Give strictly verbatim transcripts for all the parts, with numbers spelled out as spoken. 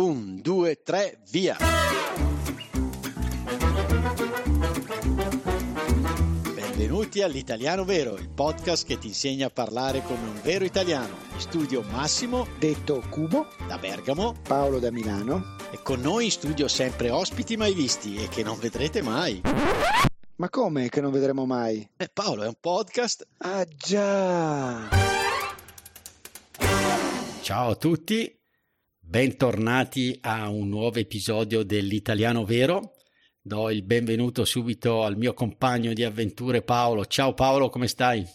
Un, due, tre, via! Benvenuti all'Italiano Vero, il podcast che ti insegna a parlare come un vero italiano. In studio Massimo, detto Cubo, da Bergamo, Paolo da Milano. E con noi in studio sempre ospiti mai visti e che non vedrete mai. Ma come che non vedremo mai? Eh, Paolo, è un podcast. Ah già! Ciao a tutti, bentornati a un nuovo episodio dell'Italiano Vero. Do il benvenuto subito al mio compagno di avventure Paolo. Ciao Paolo, come stai?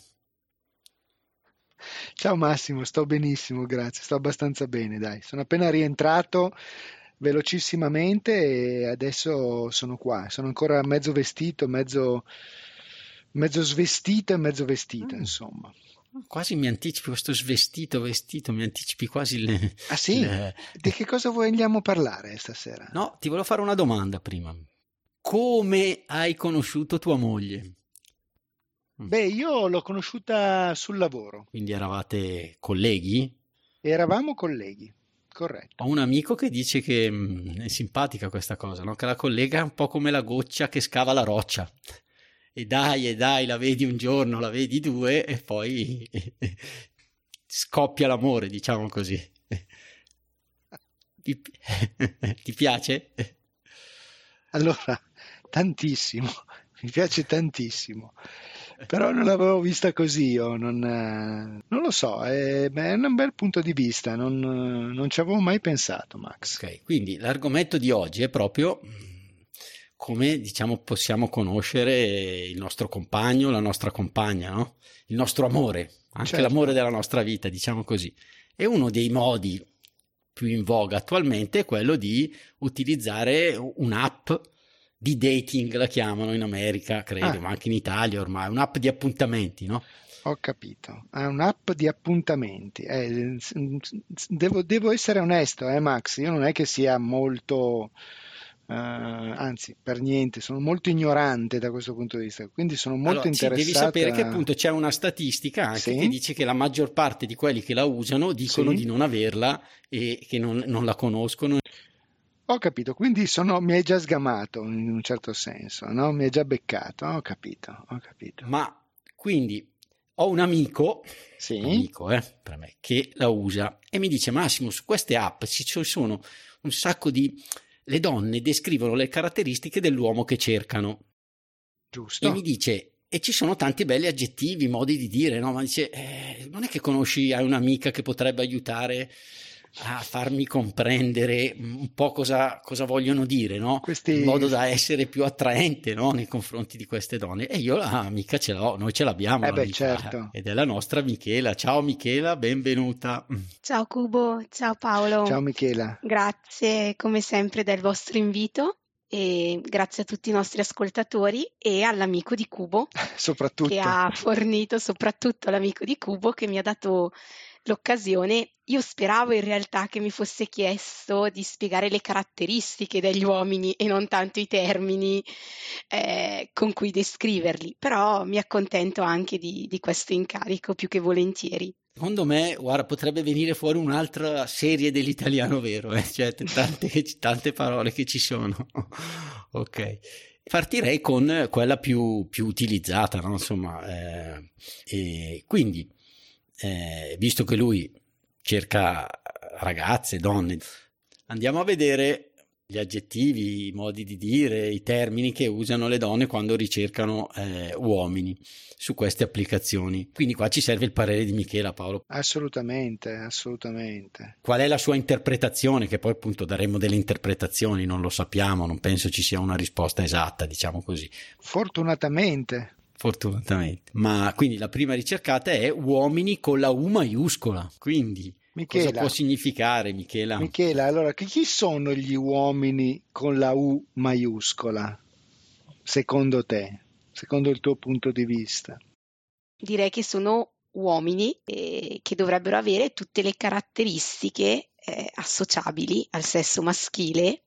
Ciao Massimo, sto benissimo, grazie, sto abbastanza bene, dai. Sono appena rientrato velocissimamente e adesso sono qua. Sono ancora mezzo vestito, mezzo, mezzo svestito e mezzo vestito, mm. insomma. Quasi mi anticipi questo svestito, vestito, mi anticipi quasi le... Ah sì? Le... Di che cosa vogliamo parlare stasera? No, ti volevo fare una domanda prima. Come hai conosciuto tua moglie? Beh, io l'ho conosciuta sul lavoro. Quindi eravate colleghi? Eravamo colleghi, corretto. Ho un amico che dice che mh, è simpatica questa cosa, no? Che la collega è un po' come la goccia che scava la roccia. E dai, e dai, la vedi un giorno, la vedi due e poi scoppia l'amore, diciamo così. Ti, ti piace? Allora, tantissimo, mi piace tantissimo, però non l'avevo vista così io, non, non lo so, è, è un bel punto di vista, non, non ci avevo mai pensato, Max. Ok, quindi l'argomento di oggi è proprio come, diciamo, possiamo conoscere il nostro compagno, la nostra compagna, no? Il nostro amore, anche certo. L'amore della nostra vita, diciamo così. E uno dei modi più in voga attualmente è quello di utilizzare un'app di dating, la chiamano in America, credo, ah. ma anche in Italia ormai, un'app di appuntamenti, no? Ho capito, è un'app di appuntamenti. Eh, devo, devo essere onesto, eh Max, io non è che sia molto... Uh, anzi per niente, sono molto ignorante da questo punto di vista, quindi sono molto allora, interessato. Sì, devi sapere a... che appunto c'è una statistica anche sì? che dice che la maggior parte di quelli che la usano dicono sì? di non averla e che non, non la conoscono. Ho capito, quindi sono, mi hai già sgamato in un certo senso, no? Mi hai già beccato, ho capito, ho capito. Ma quindi ho un amico, sì? un amico eh, per me, che la usa e mi dice: Massimo, su queste app ci sono un sacco di... le donne descrivono le caratteristiche dell'uomo che cercano. Giusto. E mi dice, e ci sono tanti belli aggettivi, modi di dire, no? Ma dice, eh, non è che conosci, hai un'amica che potrebbe aiutare a farmi comprendere un po' cosa, cosa vogliono dire, no? Questi... in modo da essere più attraente, no? Nei confronti di queste donne. E io l'amica ce l'ho, noi ce l'abbiamo, eh beh, certo. Ed è la nostra Michela. Ciao Michela, benvenuta. Ciao Cubo, ciao Paolo. Ciao Michela. Grazie come sempre del vostro invito e grazie a tutti i nostri ascoltatori e all'amico di Cubo soprattutto che ha fornito, soprattutto l'amico di Cubo che mi ha dato l'occasione. Io speravo in realtà che mi fosse chiesto di spiegare le caratteristiche degli uomini e non tanto i termini eh, con cui descriverli, però mi accontento anche di, di questo incarico più che volentieri. Secondo me, guarda, potrebbe venire fuori un'altra serie dell'Italiano Vero, eh? Cioè tante, tante parole che ci sono. Ok. Partirei con quella più, più utilizzata, no? Insomma, eh, e quindi, eh, visto che lui cerca ragazze, donne, andiamo a vedere gli aggettivi, i modi di dire, i termini che usano le donne quando ricercano eh, uomini su queste applicazioni. Quindi qua ci serve il parere di Michela, Paolo. Assolutamente, assolutamente. Qual è la sua interpretazione? Che poi appunto daremo delle interpretazioni, non lo sappiamo, non penso ci sia una risposta esatta, diciamo così. Fortunatamente. Fortunatamente. Ma quindi la prima ricercata è uomini con la U maiuscola. Quindi Michela, cosa può significare, Michela? Michela, allora, chi sono gli uomini con la U maiuscola, secondo te, secondo il tuo punto di vista? Direi che sono uomini eh, che dovrebbero avere tutte le caratteristiche eh, associabili al sesso maschile,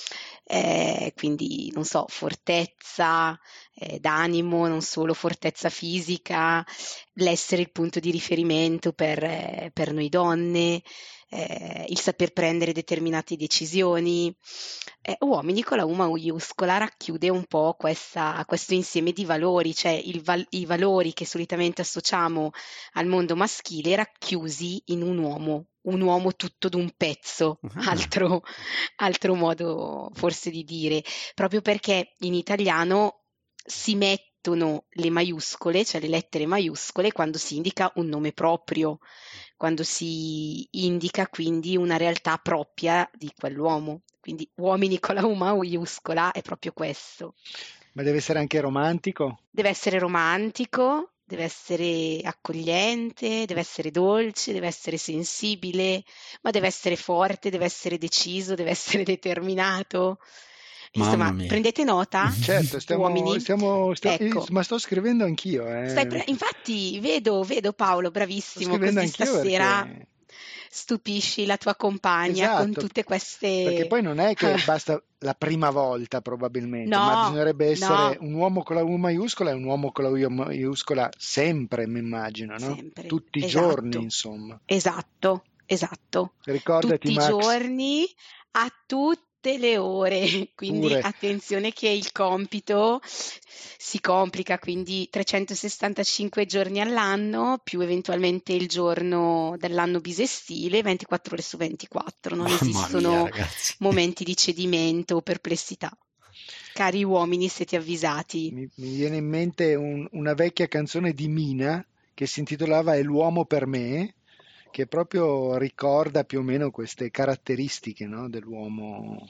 eh, quindi non so, fortezza eh, d'animo, non solo fortezza fisica, l'essere il punto di riferimento per, eh, per noi donne, eh, il saper prendere determinate decisioni. Eh, uomini con la U maiuscola racchiude un po' questa, questo insieme di valori, cioè il val- i valori che solitamente associamo al mondo maschile racchiusi in un uomo, un uomo tutto d'un pezzo, Ah. altro, altro modo forse di dire, proprio perché in italiano si mettono le maiuscole, cioè le lettere maiuscole, quando si indica un nome proprio, quando si indica quindi una realtà propria di quell'uomo. Quindi uomini con la U maiuscola è proprio questo. Ma deve essere anche romantico? Deve essere romantico, deve essere accogliente, deve essere dolce, deve essere sensibile, ma deve essere forte, deve essere deciso, deve essere determinato. Mamma Insomma, mia. prendete nota, Certo, stiamo, uomini. stiamo, stiamo- Ecco, ma sto scrivendo anch'io. stai Eh. pre- infatti vedo, vedo Paolo, Sto bravissimo, scrivendo così anch'io stasera perché... stupisci la tua compagna con Esatto, tutte perché queste... poi non è che basta la prima volta probabilmente, ma No, bisognerebbe essere no, un uomo con la U maiuscola e un uomo con la U maiuscola sempre, mi immagino, no? sempre, Tutti i giorni, esatto, insomma. esatto, esatto. Ricordati, Tutti i Max, giorni, a tutte le ore. Quindi pure. attenzione che il compito si complica, quindi trecentosessantacinque giorni all'anno, più eventualmente il giorno dell'anno bisestile, ventiquattro ore su ventiquattro. Non Mamma mia, esistono ragazzi. momenti di cedimento o perplessità. Cari uomini, siete avvisati. Mi, mi viene in mente un- una vecchia canzone di Mina che si intitolava È l'uomo per me, che proprio ricorda più o meno queste caratteristiche, no, dell'uomo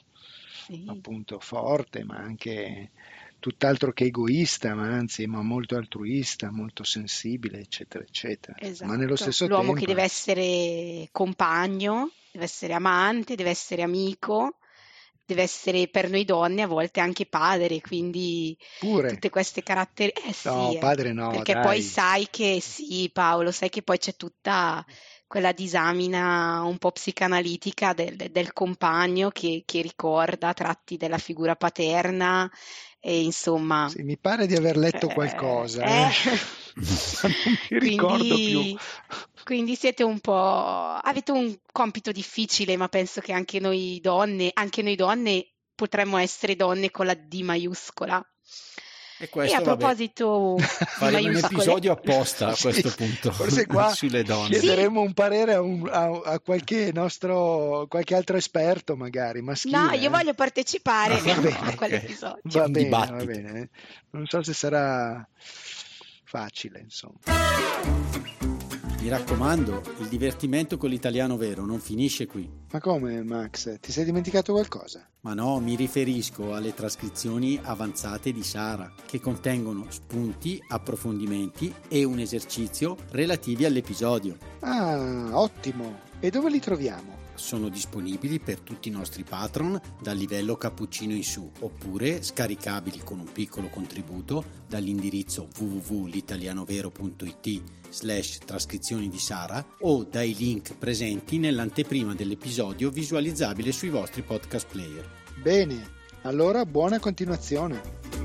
Sì, appunto forte, ma anche tutt'altro che egoista, ma anzi, ma molto altruista, molto sensibile, eccetera, eccetera. Ma nello esatto. stesso L'uomo che tempo, deve essere compagno, deve essere amante, deve essere amico, deve essere per noi donne a volte anche padre, quindi pure, tutte queste caratteri... Eh no, sì, eh, padre no, perché poi dai. sai che sì, Paolo, sai che poi c'è tutta quella disamina un po' psicanalitica del, del compagno che, che ricorda tratti della figura paterna e insomma... Sì, mi pare di aver letto Eh, qualcosa, eh, eh. ma non mi ricordo più. Quindi, quindi siete un po', avete un compito difficile, ma penso che anche noi donne, anche noi donne potremmo essere donne con la D maiuscola. E E a questo, vabbè, proposito di faremo un maiuscole, episodio apposta a Sì, questo punto forse qua sulle donne. sì, chiederemo un parere a, un- a- a qualche nostro, qualche altro esperto, magari no, maschile. io eh. voglio partecipare Va a bene, Ok. quell'episodio. va Un bene, va dibattito. bene. Non so se sarà facile, insomma. Mi raccomando, il divertimento con l'italiano vero non finisce qui. Ma come, Max? Ti sei dimenticato qualcosa? Ma no, mi riferisco alle trascrizioni avanzate di Sara, che contengono spunti, approfondimenti e un esercizio relativi all'episodio. Ah, ottimo. E dove li troviamo? Sono disponibili per tutti i nostri patron dal livello cappuccino in su, oppure scaricabili con un piccolo contributo dall'indirizzo w w w punto l'italianovero punto i t slash trascrizioni di Sara o dai link presenti nell'anteprima dell'episodio visualizzabile sui vostri podcast player. Bene, allora buona continuazione.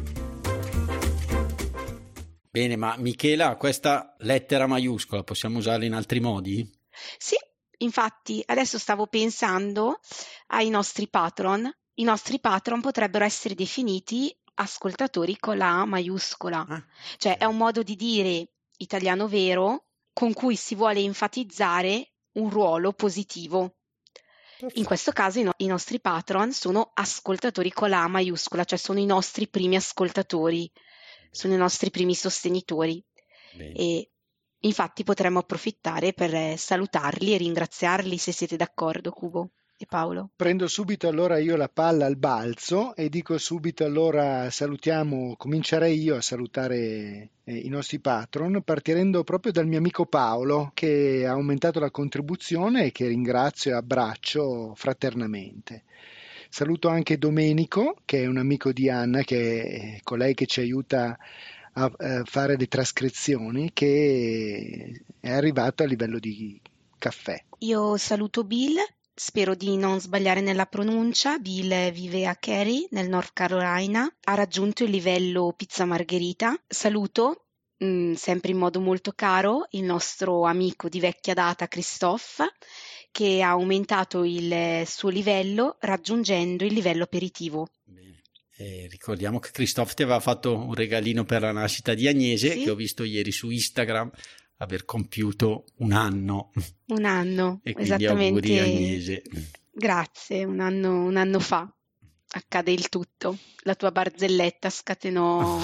Bene, ma Michela, questa lettera maiuscola possiamo usarla in altri modi? Sì, infatti adesso stavo pensando ai nostri patron. I nostri patron potrebbero essere definiti ascoltatori con la A maiuscola, Ah, cioè è un modo di dire italiano vero con cui si vuole enfatizzare un ruolo positivo. In questo caso i, no- i nostri patron sono ascoltatori con la A maiuscola, cioè sono i nostri primi ascoltatori, sono i nostri primi sostenitori. bene. E infatti potremmo approfittare per eh, salutarli e ringraziarli, se siete d'accordo, Cubo e Paolo. Prendo subito allora io la palla al balzo e dico subito allora salutiamo, comincerei io a salutare eh, i nostri patron, partendo proprio dal mio amico Paolo che ha aumentato la contribuzione e che ringrazio e abbraccio fraternamente. Saluto anche Domenico, che è un amico di Anna, che è colei che ci aiuta a eh, fare le trascrizioni, che è arrivato a livello di caffè. Io saluto Bill, spero di non sbagliare nella pronuncia. Bill vive a Cary, nel North Carolina, ha raggiunto il livello pizza margherita. Saluto, mh, sempre in modo molto caro, il nostro amico di vecchia data Christophe, che ha aumentato il suo livello raggiungendo il livello aperitivo. Bene. Eh, ricordiamo che Christophe ti aveva fatto un regalino per la nascita di Agnese, Sì. che ho visto ieri su Instagram aver compiuto un anno. Un anno, E quindi esattamente. auguri Agnese. Grazie, un anno, un anno fa accade il tutto. La tua barzelletta scatenò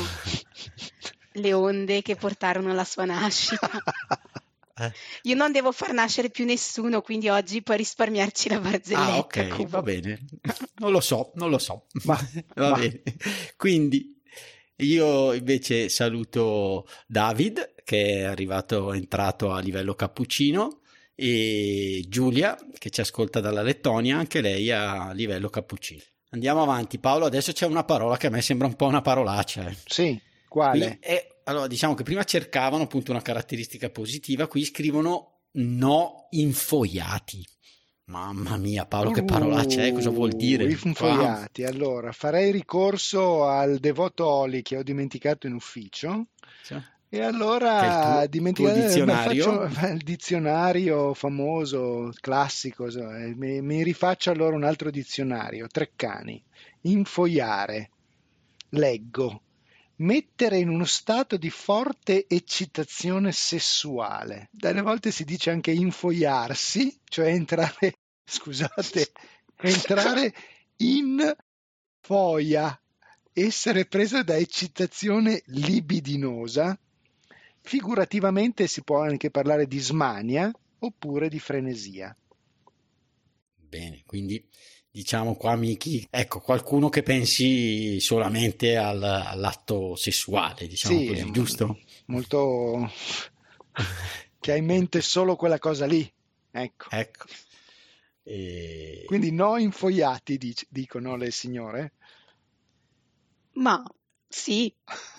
le onde che portarono alla sua nascita. Eh. Io non devo far nascere più nessuno, quindi oggi puoi risparmiarci la barzelletta. Ah, ok, Cubo. va bene. Non lo so, non lo so. Ma, Va ma- bene. Quindi io invece saluto David, che è arrivato, è entrato a livello cappuccino, e Giulia, che ci ascolta dalla Lettonia, anche lei a livello cappuccino. Andiamo avanti, Paolo. Adesso c'è una parola che a me sembra un po' una parolaccia. eh. Sì, quale? Qui è- allora, diciamo che prima cercavano appunto una caratteristica positiva, qui scrivono no infoiati. Mamma mia, Paolo, che parolaccia è? Cosa vuol dire? Uh, infoiati. Allora, farei ricorso al devoto Oli che ho dimenticato in ufficio. Cioè, E Che è allora il tuo- dimenticate- tuo dizionario? beh, faccio- il dizionario famoso, classico, so, eh, mi, mi rifaccio allora un altro dizionario, Treccani. Infoiare, leggo, mettere in uno stato di forte eccitazione sessuale. Delle volte si dice anche infoiarsi, cioè entrare, scusate, entrare in foia, essere preso da eccitazione libidinosa. Figurativamente si può anche parlare di smania oppure di frenesia. Bene, quindi diciamo qua, Miki, ecco, qualcuno che pensi solamente al- all'atto sessuale, diciamo Sì, così, m- giusto? molto che ha in mente solo quella cosa lì. Ecco. Ecco. E- Quindi no infoiati, dic- dicono le signore. Ma sì,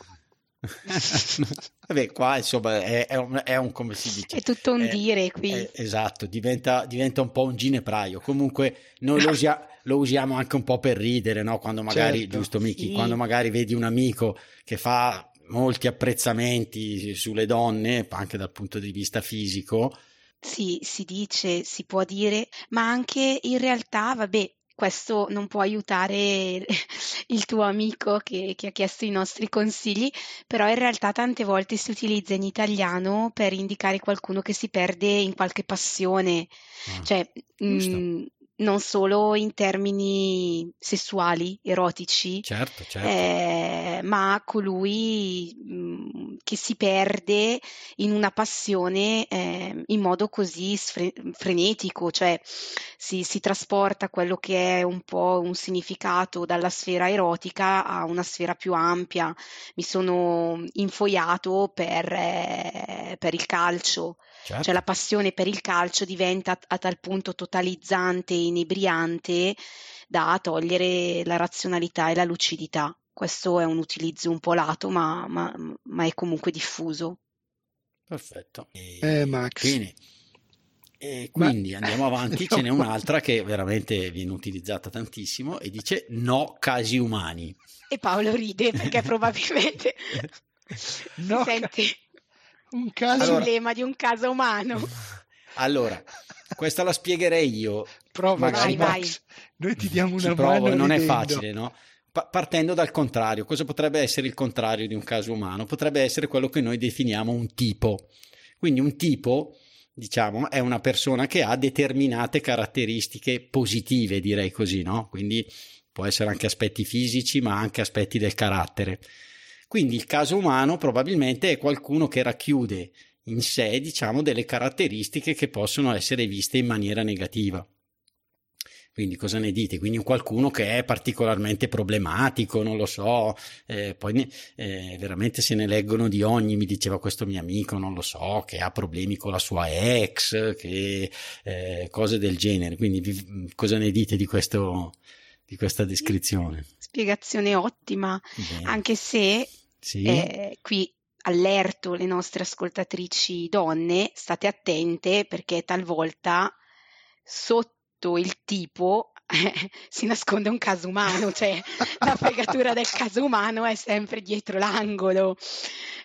Vabbè, qua insomma è, è un, è un- come si dice? è tutto un È- dire qui. è- esatto, diventa, diventa un po' un ginepraio. Comunque noi lo, usia- lo usiamo anche un po' per ridere, no? Quando magari, Certo. giusto Miki, Sì. quando magari vedi un amico che fa molti apprezzamenti sulle donne, anche dal punto di vista fisico. Sì, si dice, si può dire, ma anche in realtà, vabbè, questo non può aiutare il tuo amico che, che ha chiesto i nostri consigli, però in realtà tante volte si utilizza in italiano per indicare qualcuno che si perde in qualche passione, Ah, cioè giusto. mh, non solo in termini sessuali, erotici, Certo, certo. eh, ma colui mh, che si perde in una passione eh, in modo così sfre- frenetico, cioè si, si trasporta quello che è un po' un significato dalla sfera erotica a una sfera più ampia. Mi sono infoiato per, eh, per il calcio. Certo. Cioè la passione per il calcio diventa a, a tal punto totalizzante e inebriante da togliere la razionalità e la lucidità. Questo è un utilizzo un po' lato, ma, ma- ma è comunque diffuso. Perfetto. E- Eh, Max. Bene. E Ma- quindi andiamo avanti, ce n'è un'altra che veramente viene utilizzata tantissimo e dice no casi umani. E Paolo ride perché probabilmente No, si sente un caso. Allora- l'emblema di un caso umano. Allora, questa la spiegherei io. Prova, magari vai, Max. Noi ti diamo Ci una provo, mano non è ridendo. facile, no? Pa- partendo dal contrario, cosa potrebbe essere il contrario di un caso umano? Potrebbe essere quello che noi definiamo un tipo. Quindi un tipo, diciamo, è una persona che ha determinate caratteristiche positive, direi così, no? Quindi può essere anche aspetti fisici, ma anche aspetti del carattere. Quindi il caso umano probabilmente è qualcuno che racchiude in sé, diciamo, delle caratteristiche che possono essere viste in maniera negativa. Quindi cosa ne dite? Quindi un qualcuno che è particolarmente problematico, non lo so, eh, poi ne- eh, veramente se ne leggono di ogni, mi diceva questo mio amico, non lo so, che ha problemi con la sua ex, che eh, cose del genere. Quindi vi- cosa ne dite di questo, di questa descrizione? Spiegazione ottima, Bene. anche se Sì. eh, qui allerto le nostre ascoltatrici donne, state attente perché talvolta sotto il tipo eh, si nasconde un caso umano, cioè la fregatura del caso umano è sempre dietro l'angolo.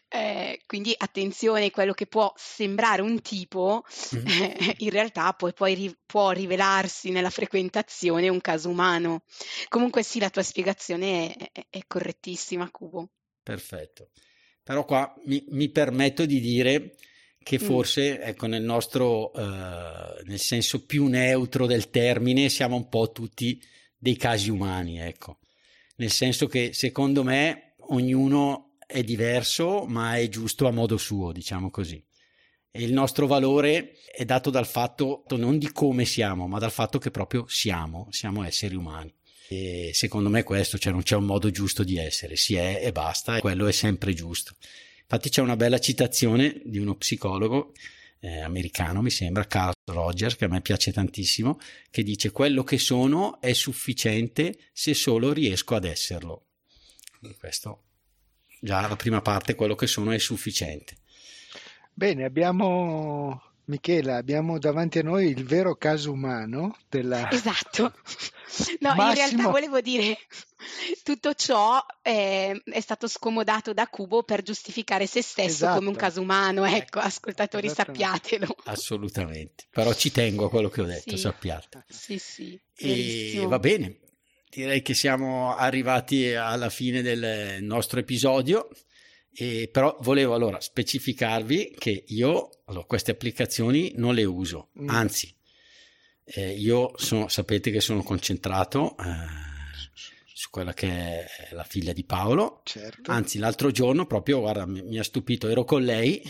Eh, quindi attenzione, quello che può sembrare un tipo, Mm. eh, in realtà poi, poi ri- può rivelarsi nella frequentazione un caso umano. Comunque sì, la tua spiegazione è, è- è correttissima, Cubo. Perfetto. Però qua mi, mi permetto di dire che Mm. forse, ecco, nel nostro, eh, nel senso più neutro del termine, siamo un po' tutti dei casi umani, ecco. Nel senso che secondo me ognuno è diverso, ma è giusto a modo suo, diciamo così. E il nostro valore è dato dal fatto non di come siamo, ma dal fatto che proprio siamo, siamo esseri umani. E secondo me questo, cioè non c'è un modo giusto di essere, si è e basta, e quello è sempre giusto. Infatti c'è una bella citazione di uno psicologo eh, americano, mi sembra, Carl Rogers, che a me piace tantissimo, che dice: quello che sono è sufficiente se solo riesco ad esserlo. E questo, già la prima parte, quello che sono è sufficiente. Bene, abbiamo, Michela, abbiamo davanti a noi il vero caso umano della... Esatto. No, in Massimo- realtà volevo dire, tutto ciò eh, è stato scomodato da Cubo per giustificare se stesso Esatto. come un caso umano. Ecco, ascoltatori, Esattamente. sappiatelo. Assolutamente, però ci tengo a quello che ho detto, Sì. sappiate. Sì, sì, E verissimo. va bene, direi che siamo arrivati alla fine del nostro episodio, e però volevo allora specificarvi che io allora, queste applicazioni non le uso, Mm. anzi eh, io sono, sapete che sono concentrato eh, su quella che è la figlia di Paolo. Certo. Anzi, l'altro giorno proprio, guarda, mi, mi ha stupito, ero con lei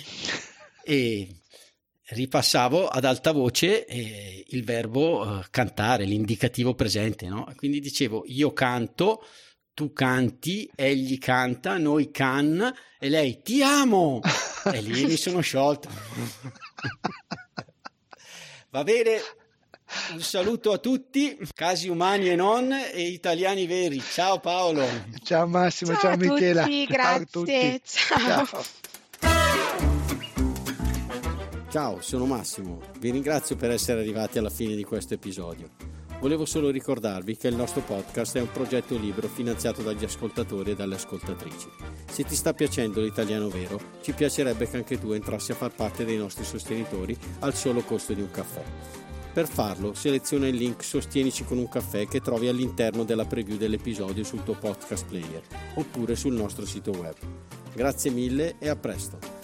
e ripassavo ad alta voce eh, il verbo eh, cantare, l'indicativo presente, no? Quindi dicevo: io canto, tu canti, egli canta, noi can, e lei ti amo, e lì mi sono sciolto. Va bene, un saluto a tutti, casi umani e non, e italiani veri. Ciao Paolo. Ciao Massimo, Ciao ciao, a Michela. tutti, Ciao a grazie, tutti. ciao. Ciao, sono Massimo. Vi ringrazio per essere arrivati alla fine di questo episodio. Volevo solo ricordarvi che il nostro podcast è un progetto libero finanziato dagli ascoltatori e dalle ascoltatrici. Se ti sta piacendo l'italiano vero, ci piacerebbe che anche tu entrassi a far parte dei nostri sostenitori al solo costo di un caffè. Per farlo, seleziona il link Sostienici con un caffè che trovi all'interno della preview dell'episodio sul tuo podcast player oppure sul nostro sito web. Grazie mille e a presto!